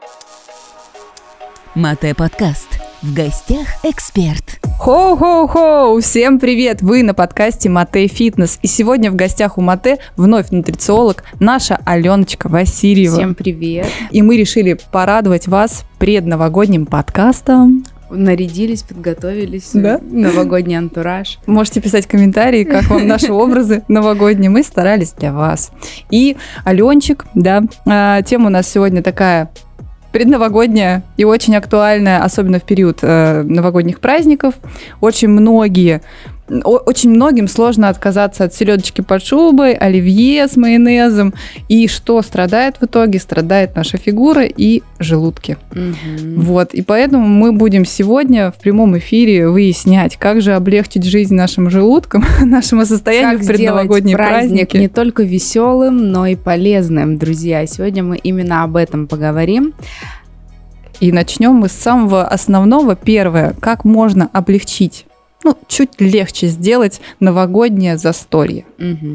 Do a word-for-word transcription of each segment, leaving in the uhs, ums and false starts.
Мате подкаст. В гостях эксперт. Хоу-хоу-хоу! Всем привет! Вы на подкасте Мате Фитнес. И сегодня в гостях у Мате вновь нутрициолог наша Аленочка Васильева. Всем привет! И мы решили порадовать вас предновогодним подкастом. Нарядились, подготовились, да? Новогодний антураж. Можете писать комментарии, как вам наши образы новогодние. Мы старались для вас. И Аленчик, да, тема у нас сегодня такая предновогодняя и очень актуальная, особенно в период э, новогодних праздников. Очень многие, о, очень многим сложно отказаться от селедочки под шубой, оливье с майонезом. И что страдает в итоге? Страдает наша фигура и желудки. Угу. Вот. И поэтому мы будем сегодня в прямом эфире выяснять, как же облегчить жизнь нашим желудкам, нашему состоянию как в предновогодние праздник праздники. Не только веселым, но и полезным, друзья. Сегодня мы именно об этом поговорим. И начнем мы с самого основного. Первое, как можно облегчить, ну, чуть легче сделать новогоднее застолье. Угу.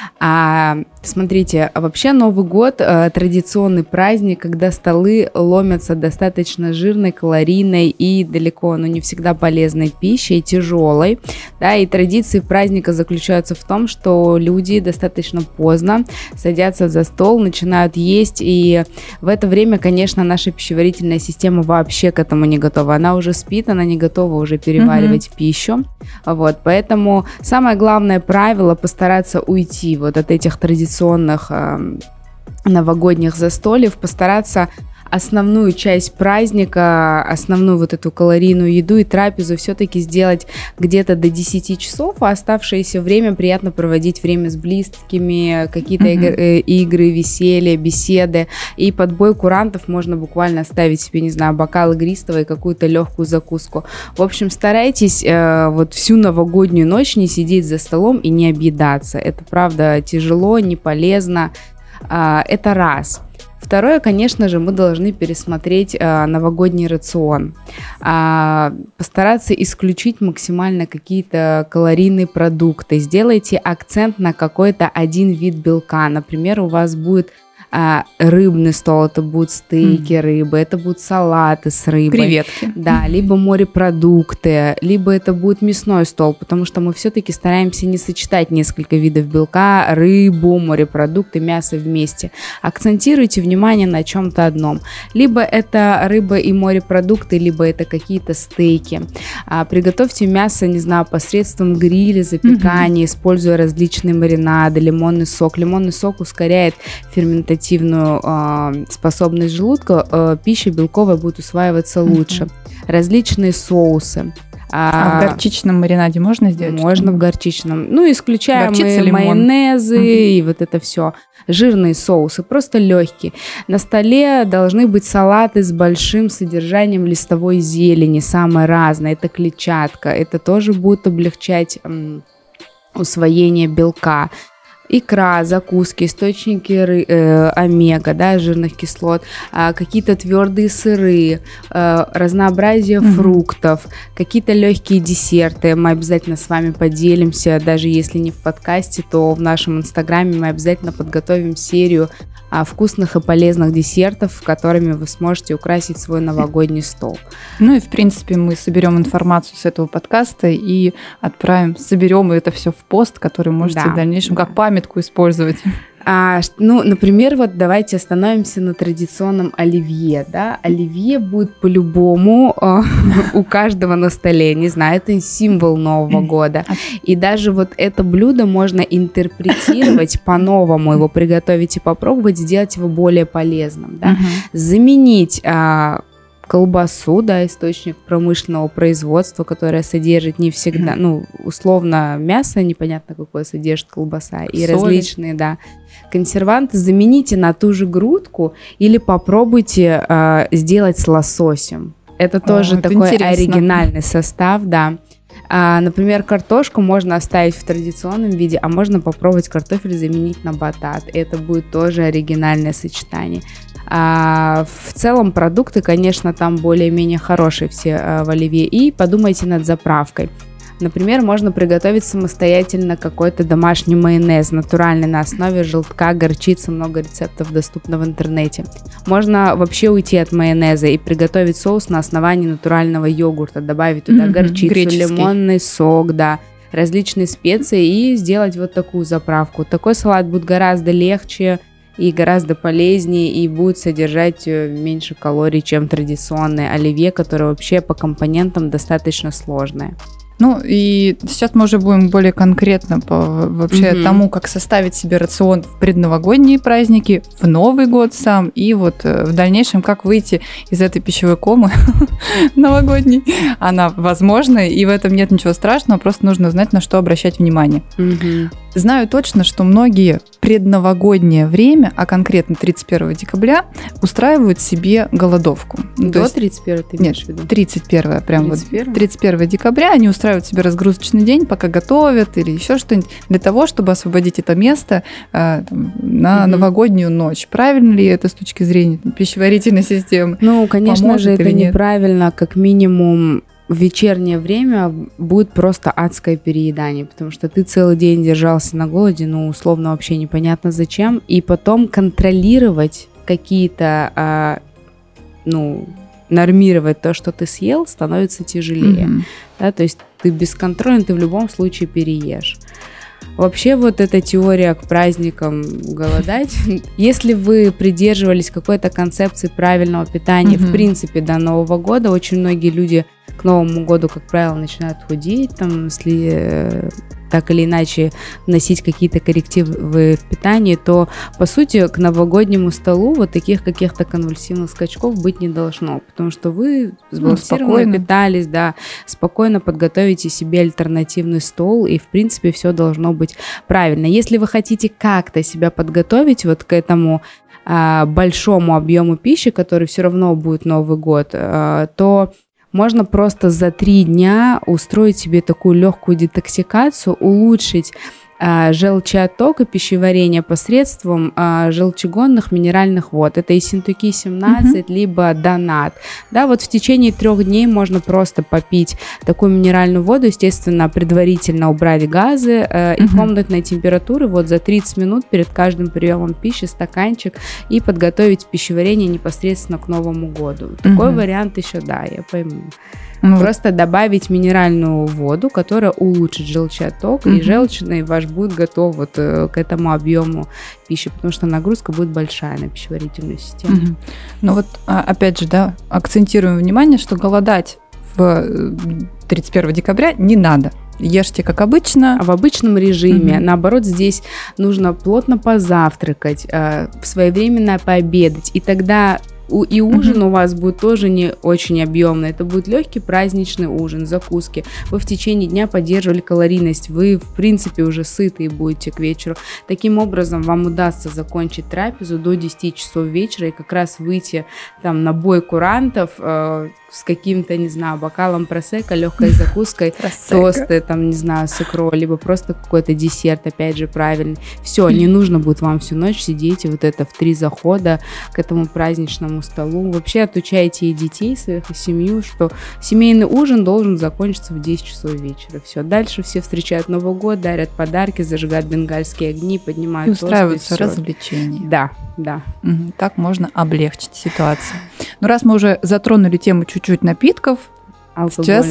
А, смотрите, вообще Новый год э, традиционный праздник, когда столы ломятся достаточно жирной, калорийной и далеко, но не всегда полезной пищей, тяжелой. Да, и традиции праздника заключаются в том, что люди достаточно поздно садятся за стол, начинают есть, и в это время, конечно, наша пищеварительная система вообще к этому не готова. Она уже спит, она не готова уже переваривать угу. пищу. Вот, поэтому самое главное правило — постараться уйти вот от этих традиционных э, новогодних застольев, постараться основную часть праздника, основную вот эту калорийную еду и трапезу все-таки сделать где-то до десяти часов, а оставшееся время приятно проводить время с близкими, какие-то mm-hmm. игры, игры, веселье, беседы. И под бой курантов можно буквально оставить себе, не знаю, бокал игристого и какую-то легкую закуску. В общем, старайтесь э, вот всю новогоднюю ночь не сидеть за столом и не объедаться. Это, правда, тяжело, не полезно. Э, это раз. Второе, конечно же, мы должны пересмотреть э, новогодний рацион, э, постараться исключить максимально какие-то калорийные продукты, сделайте акцент на какой-то один вид белка, например, у вас будет э, рыбный стол, это будут стейки mm. рыбы, это будут салаты с рыбой. Креветки. Да, либо морепродукты, либо это будет мясной стол, потому что мы все-таки стараемся не сочетать несколько видов белка, рыбу, морепродукты, мясо вместе. Акцентируйте внимание на чем-то одном. Либо это рыба и морепродукты, либо это какие-то стейки. А, приготовьте мясо, не знаю, посредством гриля, запекания, mm-hmm. используя различные маринады, лимонный сок. Лимонный сок ускоряет ферментацию, э, способность желудка, э, пища белковая будет усваиваться лучше. Mm-hmm. Различные соусы. А, а в горчичном маринаде можно сделать? Можно в горчичном. Ну, исключаем Горчица, и майонезы, mm-hmm. и вот это все. Жирные соусы, просто легкие. На столе должны быть салаты с большим содержанием листовой зелени, самое разное. Это клетчатка, это тоже будет облегчать м, усвоение белка. Икра, закуски, источники э, омега, да, жирных кислот, э, какие-то твердые сыры, э, разнообразие mm-hmm. фруктов, какие-то легкие десерты. Мы обязательно с вами поделимся, даже если не в подкасте, то в нашем инстаграме мы обязательно подготовим серию э, вкусных и полезных десертов, которыми вы сможете украсить свой новогодний стол. Ну и, в принципе, мы соберем информацию с этого подкаста и отправим, соберем это все в пост, который можете да, в дальнейшем да. как памятку использовать. А, ну, например, вот давайте остановимся на традиционном оливье, да, оливье будет по-любому э, у каждого на столе, не знаю, это символ Нового года, и даже вот это блюдо можно интерпретировать по-новому, его приготовить и попробовать сделать его более полезным, да, заменить э, колбасу, да, источник промышленного производства, которое содержит не всегда, ну, условно, мясо, непонятно какое содержит колбаса, и соли. Различные, да, консерванты, замените на ту же грудку или попробуйте э, сделать с лососем. Это тоже О, это такой интересно. Оригинальный состав, да. А, например, картошку можно оставить в традиционном виде, а можно попробовать картофель заменить на батат. Это будет тоже оригинальное сочетание. А, в целом продукты, конечно, там более-менее хорошие все а, в оливье. И подумайте над заправкой. Например, можно приготовить самостоятельно какой-то домашний майонез, натуральный, на основе желтка, горчицы, много рецептов доступно в интернете. Можно вообще уйти от майонеза и приготовить соус на основании натурального йогурта, добавить туда mm-hmm, горчицу, греческий. Лимонный сок, да, различные специи и сделать вот такую заправку. Такой салат будет гораздо легче и гораздо полезнее, и будет содержать меньше калорий, чем традиционное оливье, которое вообще по компонентам достаточно сложное. Ну, и сейчас мы уже будем более конкретно по вообще mm-hmm. тому, как составить себе рацион в предновогодние праздники, в Новый год сам, и вот в дальнейшем, как выйти из этой пищевой комы новогодней. Она возможна, и в этом нет ничего страшного, просто нужно знать, на что обращать внимание. Mm-hmm. Знаю точно, что многие предновогоднее время, а конкретно тридцать первого декабря, устраивают себе голодовку. До тридцать первого ты имеешь Нет, в виду? тридцать первого, прям тридцать первого? вот тридцать первого декабря они устраивают себе разгрузочный день, пока готовят или еще что-нибудь, для того, чтобы освободить это место э, там, на mm-hmm. новогоднюю ночь. Правильно ли это с точки зрения там, пищеварительной системы? Ну, конечно же, это неправильно, как минимум. В вечернее время будет просто адское переедание, потому что ты целый день держался на голоде, ну, условно, вообще непонятно зачем, и потом контролировать какие-то, а, ну, нормировать то, что ты съел, становится тяжелее, mm-hmm. да, то есть ты бесконтрольно, ты в любом случае переешь. Вообще вот эта теория к праздникам голодать, если вы придерживались какой-то концепции правильного питания, mm-hmm. в принципе, до Нового года, очень многие люди к Новому году, как правило, начинают худеть, там, если э, так или иначе вносить какие-то коррективы в питании, то, по сути, к новогоднему столу вот таких каких-то конвульсивных скачков быть не должно, потому что вы сбалансированно ну, питались, да, спокойно подготовите себе альтернативный стол, и, в принципе, все должно быть правильно. Если вы хотите как-то себя подготовить вот к этому а, большому объему пищи, который все равно будет Новый год, а, то можно просто за три дня устроить себе такую легкую детоксикацию, улучшить а, желчеотток и пищеварение посредством а, желчегонных минеральных вод. Это Ессентуки семнадцать, mm-hmm. либо Донат. Да, вот в течение трех дней можно просто попить такую минеральную воду, естественно, предварительно убрать газы а, mm-hmm. и комнатной температуры вот за тридцать минут перед каждым приемом пищи стаканчик и подготовить пищеварение непосредственно к Новому году. Такой mm-hmm. вариант еще, да, я пойму. Ну, просто вот. Добавить минеральную воду, которая улучшит желчеотток, mm-hmm. и желчный ваш будет готов вот к этому объему пищи, потому что нагрузка будет большая на пищеварительную систему. Mm-hmm. Ну вот, опять же, да, акцентируем внимание, что голодать в тридцать первого декабря не надо. Ешьте как обычно. В обычном режиме. Mm-hmm. Наоборот, здесь нужно плотно позавтракать, своевременно пообедать, и тогда и ужин uh-huh. у вас будет тоже не очень объемный. Это будет легкий праздничный ужин, закуски. Вы в течение дня поддерживали калорийность. Вы, в принципе, уже сытые будете к вечеру. Таким образом, вам удастся закончить трапезу до десяти часов вечера и как раз выйти там на бой курантов э, с каким-то, не знаю, бокалом просекко, легкой закуской, тосты, там, не знаю, с икрой, либо просто какой-то десерт, опять же, правильный. Все, не нужно будет вам всю ночь сидеть вот это в три захода к этому праздничному столу. Вообще отучайте и детей своих, и семью, что семейный ужин должен закончиться в десять часов вечера. Все, дальше все встречают Новый год, дарят подарки, зажигают бенгальские огни, поднимают тосты. И устраиваются развлечения. Да, да. Угу, так можно облегчить ситуацию. Но раз мы уже затронули тему чуть-чуть напитков, сейчас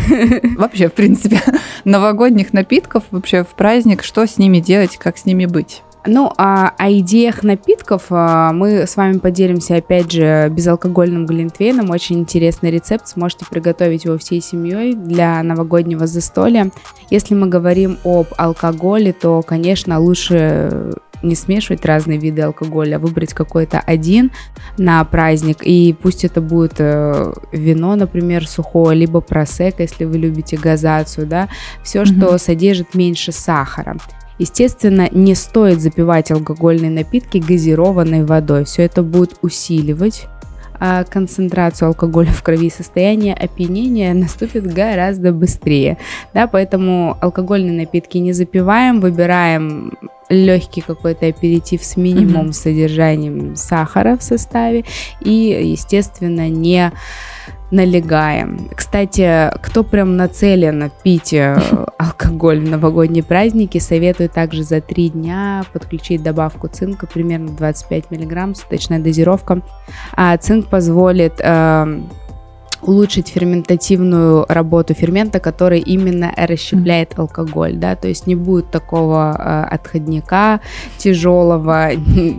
и вообще, в принципе, новогодних напитков, вообще в праздник, что с ними делать, как с ними быть? Ну, а о идеях напитков а, мы с вами поделимся, опять же, безалкогольным глинтвейном. Очень интересный рецепт, сможете приготовить его всей семьей для новогоднего застолья. Если мы говорим об алкоголе, то, конечно, лучше не смешивать разные виды алкоголя, а выбрать какой-то один на праздник, и пусть это будет э, вино, например, сухое, либо просекко, если вы любите газацию, да, все, mm-hmm. что содержит меньше сахара. Естественно, не стоит запивать алкогольные напитки газированной водой. Все это будет усиливать а, концентрацию алкоголя в крови, состояние опьянения наступит гораздо быстрее. Да, поэтому алкогольные напитки не запиваем, выбираем легкий какой-то аперитив с минимумом mm-hmm. содержанием сахара в составе и, естественно, не налегаем. Кстати, кто прям нацелен пить алкоголь в новогодние праздники, советую также за три дня подключить добавку цинка, примерно двадцать пять миллиграмм, суточная дозировка. А цинк позволит э, улучшить ферментативную работу фермента, который именно расщепляет алкоголь, да, то есть не будет такого э, отходника тяжелого.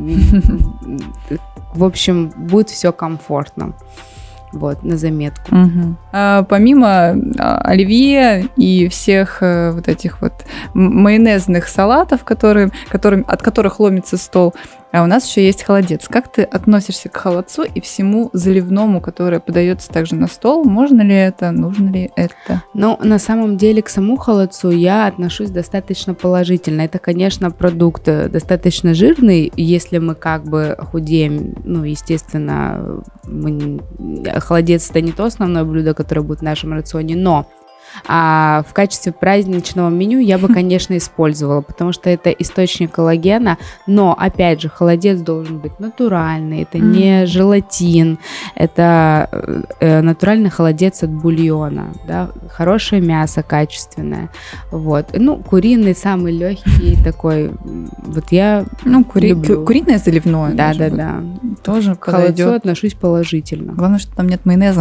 В общем, будет все комфортно. Вот, на заметку. Угу. А, помимо а, оливье и всех а, вот этих вот майонезных салатов, которые, которым, от которых ломится стол, а у нас еще есть холодец. Как ты относишься к холодцу и всему заливному, которое подается также на стол? Можно ли это? Нужно ли это? Ну, на самом деле, к самому холодцу я отношусь достаточно положительно. Это, конечно, продукт достаточно жирный. Если мы как бы худеем, ну, естественно, мы... холодец – это не то основное блюдо, которое будет в нашем рационе, но а в качестве праздничного меню я бы, конечно, использовала, потому что это источник коллагена, но, опять же, холодец должен быть натуральный, это mm. не желатин, это э, натуральный холодец от бульона, да, хорошее мясо, качественное, вот, ну, куриный самый легкий такой, вот я ну, кури... люблю. Куриное заливное. Да-да-да. Тоже к холодцу отношусь положительно. Главное, что там нет майонеза.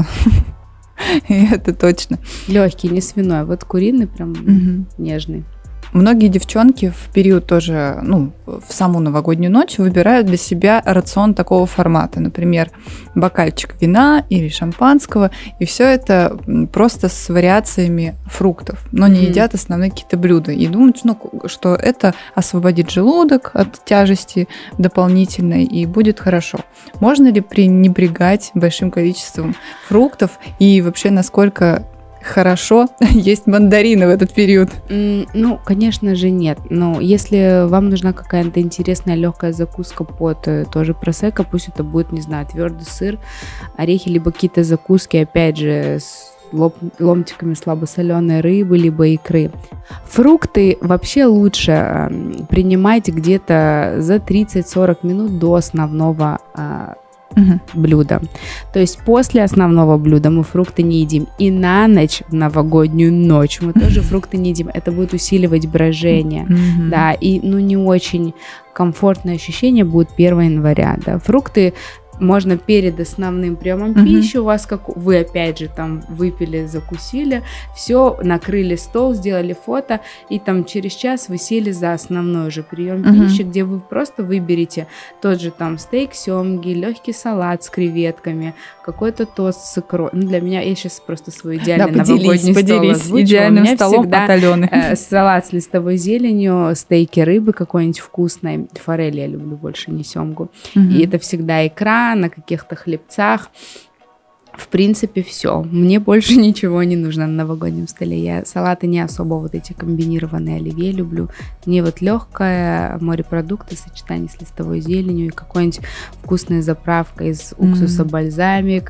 И это точно. Легкий, не свиной. Вот куриный прям угу. нежный. Многие девчонки в период тоже, ну, в саму новогоднюю ночь выбирают для себя рацион такого формата. Например, бокальчик вина или шампанского. И все это просто с вариациями фруктов. Но не mm-hmm. едят основные какие-то блюда. И думают, ну, что это освободит желудок от тяжести дополнительной и будет хорошо. Можно ли пренебрегать большим количеством фруктов? И вообще, насколько хорошо есть мандарины в этот период? Mm, ну, конечно же, нет. Но если вам нужна какая-то интересная легкая закуска под тоже просекко, пусть это будет, не знаю, твердый сыр, орехи, либо какие-то закуски, опять же, с ломтиками слабосоленой рыбы, либо икры. Фрукты вообще лучше принимать где-то за тридцать-сорок минут до основного Uh-huh. блюда. То есть после основного блюда мы фрукты не едим. И на ночь, в новогоднюю ночь, мы тоже фрукты не едим. Это будет усиливать брожение. Uh-huh. Да, и ну не очень комфортное ощущение будет первого января. Да. Фрукты можно перед основным приемом uh-huh. пищи, у вас, как вы опять же там выпили, закусили, все, накрыли стол, сделали фото, и там через час вы сели за основной уже прием uh-huh. пищи, где вы просто выберете тот же там стейк семги, легкий салат с креветками, какой-то тост с икрой. Ну, для меня, я сейчас просто свой идеальный да, новогодний поделись, стол озвучу. Идеальным у меня столом всегда от Алены. Э, салат с листовой зеленью, стейки рыбы какой-нибудь вкусной, форель я люблю больше, не семгу. Uh-huh. И это всегда икра на каких-то хлебцах. В принципе, все. Мне больше ничего не нужно на новогоднем столе. Я салаты не особо вот эти комбинированные оливье люблю. Мне вот легкое морепродукты, сочетание с листовой зеленью и какой-нибудь вкусная заправка из уксуса, mm. бальзамик,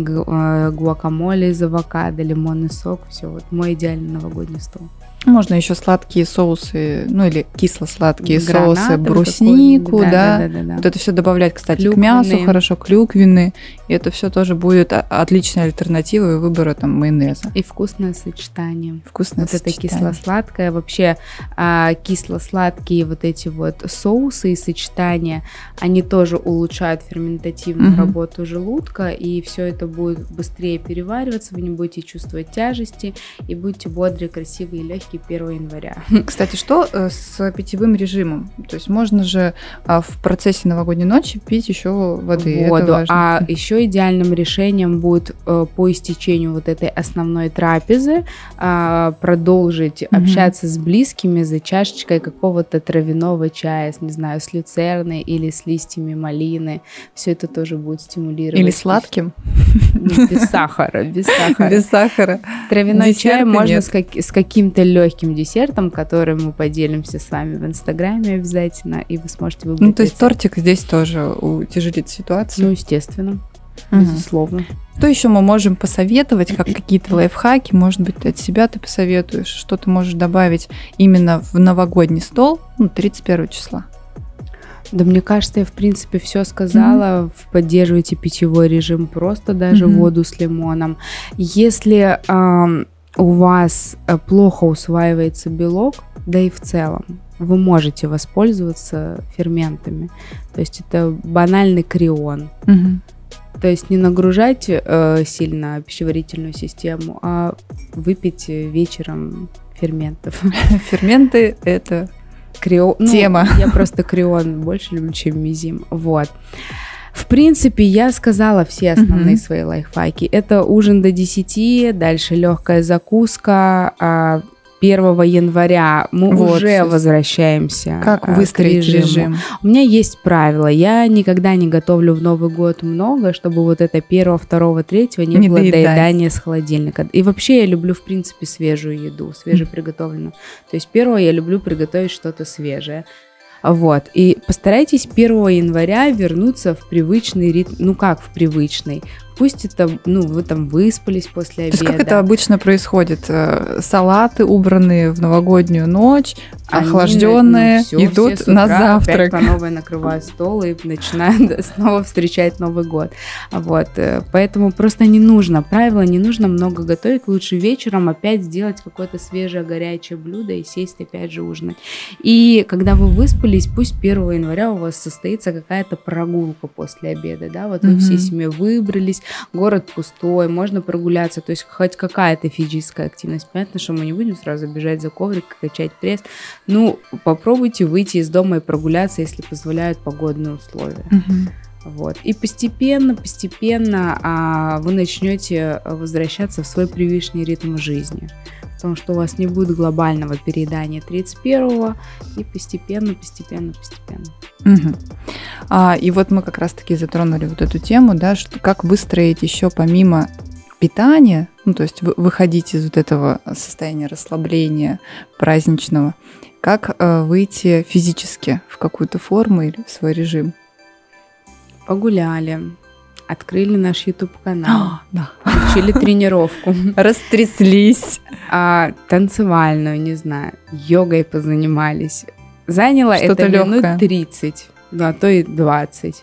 гуакамоле из авокадо, лимонный сок. Все, вот мой идеальный новогодний стол. Можно еще сладкие соусы, ну или кисло-сладкие Гранат, соусы, бруснику, да, да? Да, да, да. Вот это все добавлять, кстати, клюквенные. К мясу хорошо, клюквенные. И это все тоже будет отличной альтернативой выбора там майонеза. И вкусное сочетание. Вкусное вот сочетание. Это кисло-сладкое. Вообще а, кисло-сладкие вот эти вот соусы и сочетания, они тоже улучшают ферментативную угу. работу желудка, и все это будет быстрее перевариваться, вы не будете чувствовать тяжести, и будете бодрые, красивые и легкие первого января. Кстати, что с питьевым режимом? То есть можно же в процессе новогодней ночи пить еще воды. Воду. Это важно. А еще идеальным решением будет по истечению вот этой основной трапезы продолжить угу. общаться с близкими за чашечкой какого-то травяного чая, не знаю, с люцерной или с листьями малины. Все это тоже будет стимулировать. Или сладким? Без сахара. Без сахара. Без сахара. Травяной чай можно с, как, с каким-то легким десертом, который мы поделимся с вами в Инстаграме обязательно, и вы сможете выбрать. Ну, то есть тортик здесь тоже утяжелит ситуацию? Ну, естественно, угу. безусловно. Что еще мы можем посоветовать, как какие-то лайфхаки? Может быть, от себя ты посоветуешь, что ты можешь добавить именно в новогодний стол, ну, тридцать первого числа? Да, мне кажется, я, в принципе, все сказала. Mm-hmm. Поддерживайте питьевой режим, просто даже mm-hmm. воду с лимоном. Если э, у вас плохо усваивается белок, да и в целом, вы можете воспользоваться ферментами. То есть это банальный крион. Mm-hmm. То есть не нагружать э, сильно пищеварительную систему, а выпить вечером ферментов. Ферменты — это Крио... тема. Ну, я просто крион больше люблю, чем мизим. Вот. В принципе, я сказала все основные uh-huh. свои лайфхаки. Это ужин до десяти, дальше легкая закуска. А первого января мы вот уже возвращаемся как выстроить к режиму. режим. У меня есть правило. Я никогда не готовлю в Новый год много, чтобы вот это первого, второго, третьего не, не было доедать. доедания с холодильника. И вообще я люблю, в принципе, свежую еду, свежеприготовленную. Mm. То есть первого я люблю приготовить что-то свежее. Вот. И постарайтесь первого января вернуться в привычный ритм. Ну как в привычный? Пусть это, ну, вы там выспались после обеда. То есть как это обычно происходит? Салаты, убранные в новогоднюю ночь, они, охлажденные, ну, все, идут все на завтрак. Опять по новой накрывают стол и начинают снова встречать Новый год. Вот. Поэтому просто не нужно, правило, не нужно много готовить. Лучше вечером опять сделать какое-то свежее горячее блюдо и сесть опять же ужинать. И когда вы выспались, пусть первого января у вас состоится какая-то прогулка после обеда. Да? Вот вы mm-hmm. всей семьей выбрались, город пустой, можно прогуляться, то есть хоть какая-то физическая активность. Понятно, что мы не будем сразу бежать за коврик, качать пресс. Ну, попробуйте выйти из дома и прогуляться, если позволяют погодные условия. Uh-huh. Вот. И постепенно, постепенно а, вы начнете возвращаться в свой привычный ритм жизни. Потому что у вас не будет глобального переедания тридцать первого, и постепенно, постепенно, постепенно. Угу. А, и вот мы как раз-таки затронули вот эту тему, да, что как выстроить еще помимо питания, ну, то есть вы, выходить из вот этого состояния расслабления праздничного, как э, выйти физически в какую-то форму или в свой режим? Погуляли. Открыли наш YouTube-канал, а, да. Включили тренировку. Растряслись. А, танцевальную, не знаю, йогой позанимались. Заняло что-то это минут легкое. тридцать, да, то и двадцать.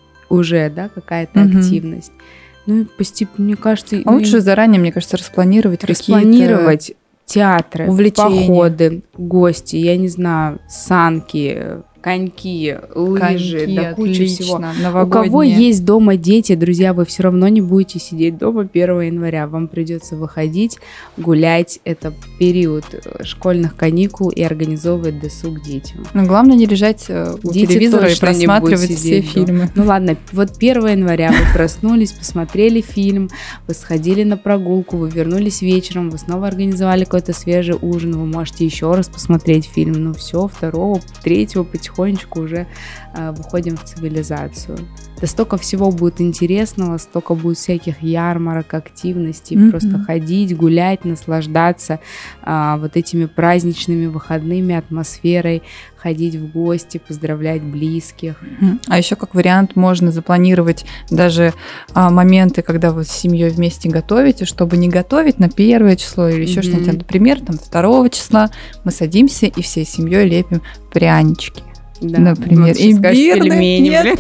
Уже, да, какая-то угу. активность. Ну и постепенно, мне кажется... А ну, лучше и... заранее, мне кажется, распланировать, распланировать какие-то... театры, увлечения. Походы, гости, я не знаю, санки... Коньки, лыжи, Коньки, да куча отлично, всего. новогодние. У кого есть дома дети, друзья, вы все равно не будете сидеть дома первого января. Вам придется выходить, гулять. Это период школьных каникул и организовывать досуг детям. Но главное не лежать у дети телевизора и просматривать все фильмы. Ну ладно, вот первого января вы проснулись, посмотрели фильм, вы сходили на прогулку, вы вернулись вечером, вы снова организовали какой-то свежий ужин, вы можете еще раз посмотреть фильм. Ну все, второго, третьего потихоньку потихонечку уже э, выходим в цивилизацию. Да столько всего будет интересного, столько будет всяких ярмарок, активностей, mm-hmm. просто ходить, гулять, наслаждаться э, вот этими праздничными выходными, атмосферой, ходить в гости, поздравлять близких. Mm-hmm. А еще как вариант можно запланировать даже а, моменты, когда вы с семьей вместе готовите, чтобы не готовить на первое число или еще mm-hmm. что-нибудь. Например, там второго числа мы садимся и всей семьей лепим прянички. Да, например, вот имбирные. Пельмени, нет,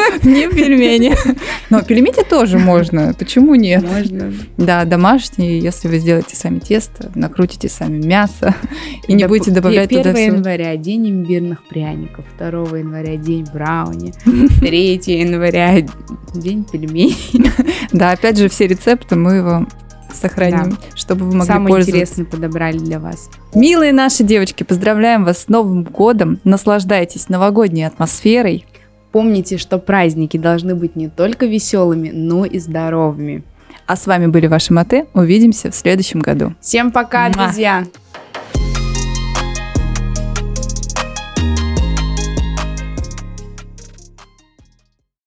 не пельмени. Но пельмени тоже можно, почему нет? Можно. Да, домашние, если вы сделаете сами тесто, накрутите сами мясо и не будете добавлять туда все. первого января день имбирных пряников, второго января день брауни, третьего января день пельменей. Да, опять же, все рецепты мы вам сохраним, да. чтобы вы могли Самое пользоваться. Самое интересное подобрали для вас. Милые наши девочки, поздравляем вас с Новым годом. Наслаждайтесь новогодней атмосферой. Помните, что праздники должны быть не только веселыми, но и здоровыми. А с вами были ваши Мате. Увидимся в следующем году. Всем пока, Муа. друзья!